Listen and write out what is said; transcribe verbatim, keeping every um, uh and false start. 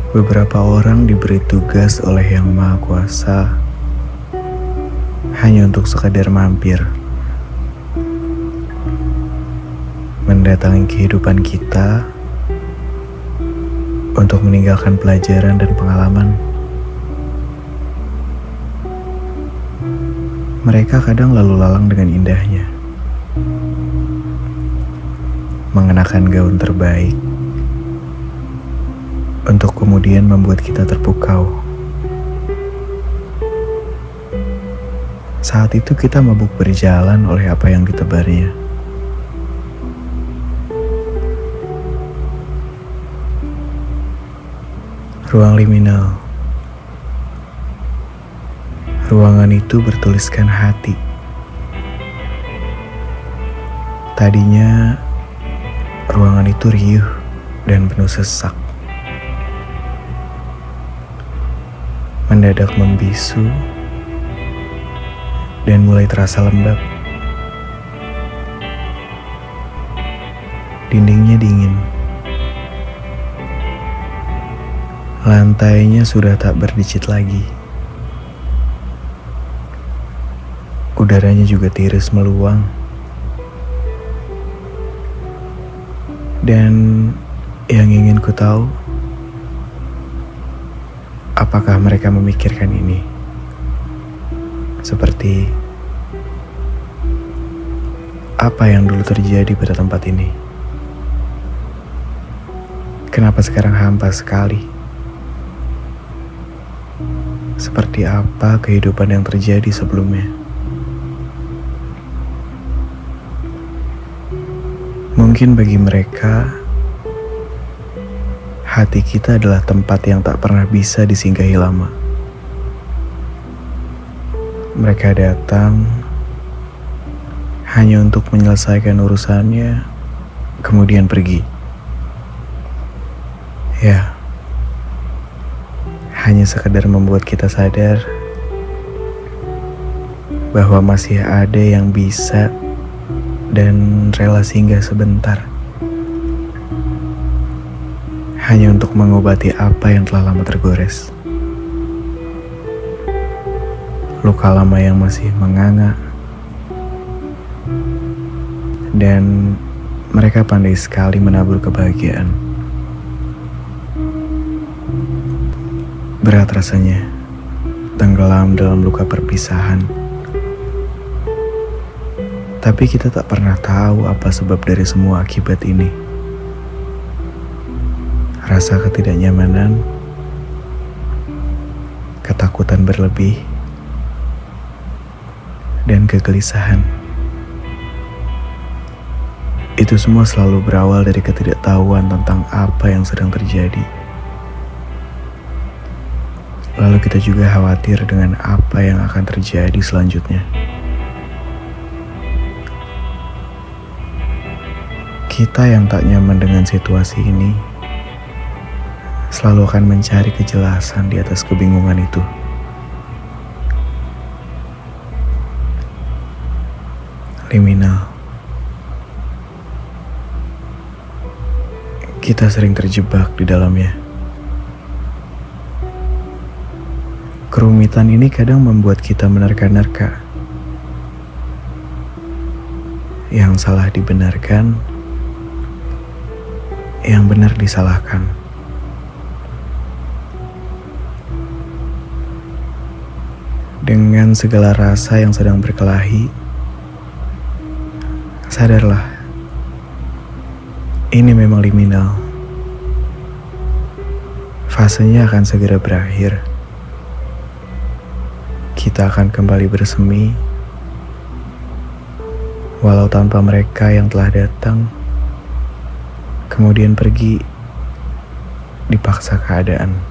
Beberapa orang diberi tugas oleh Yang Maha Kuasa hanya untuk sekadar mampir, mendatangi kehidupan kita untuk meninggalkan pelajaran dan pengalaman. Mereka kadang lalu lalang dengan indahnya, mengenakan gaun terbaik, untuk kemudian membuat kita terpukau. Saat itu kita mabuk berjalan oleh apa yang ditebarnya. Ruang liminal. Ruangan itu bertuliskan hati. Tadinya ruangan itu riuh dan penuh sesak. Mendadak membisu dan mulai terasa lembab. Dindingnya dingin. Lantainya sudah tak berdicit lagi. Udaranya juga tiris meluang. Dan yang ingin ku tahu, apakah mereka memikirkan ini? Seperti apa yang dulu terjadi pada tempat ini? Kenapa sekarang hampa sekali? Seperti apa kehidupan yang terjadi sebelumnya? Mungkin bagi mereka, hati kita adalah tempat yang tak pernah bisa disinggahi lama. Mereka datang hanya untuk menyelesaikan urusannya, kemudian pergi. Ya, hanya sekedar membuat kita sadar bahwa masih ada yang bisa dan rela singgah sebentar, hanya untuk mengobati apa yang telah lama tergores. Luka lama yang masih menganga. Dan mereka pandai sekali menabur kebahagiaan. Berat rasanya tenggelam dalam luka perpisahan. Tapi kita tak pernah tahu apa sebab dari semua akibat ini. Rasa ketidaknyamanan, ketakutan berlebih, dan kegelisahan. Itu semua selalu berawal dari ketidaktahuan tentang apa yang sedang terjadi. Lalu kita juga khawatir dengan apa yang akan terjadi selanjutnya. Kita yang tak nyaman dengan situasi ini selalu akan mencari kejelasan di atas kebingungan itu. Liminal. Kita sering terjebak di dalamnya. Kerumitan ini kadang membuat kita menerka-nerka. Yang salah dibenarkan, yang benar disalahkan. Dengan segala rasa yang sedang berkelahi, sadarlah, ini memang liminal. Fasenya akan segera berakhir. Kita akan kembali bersemi, walau tanpa mereka yang telah datang, kemudian pergi dipaksa keadaan.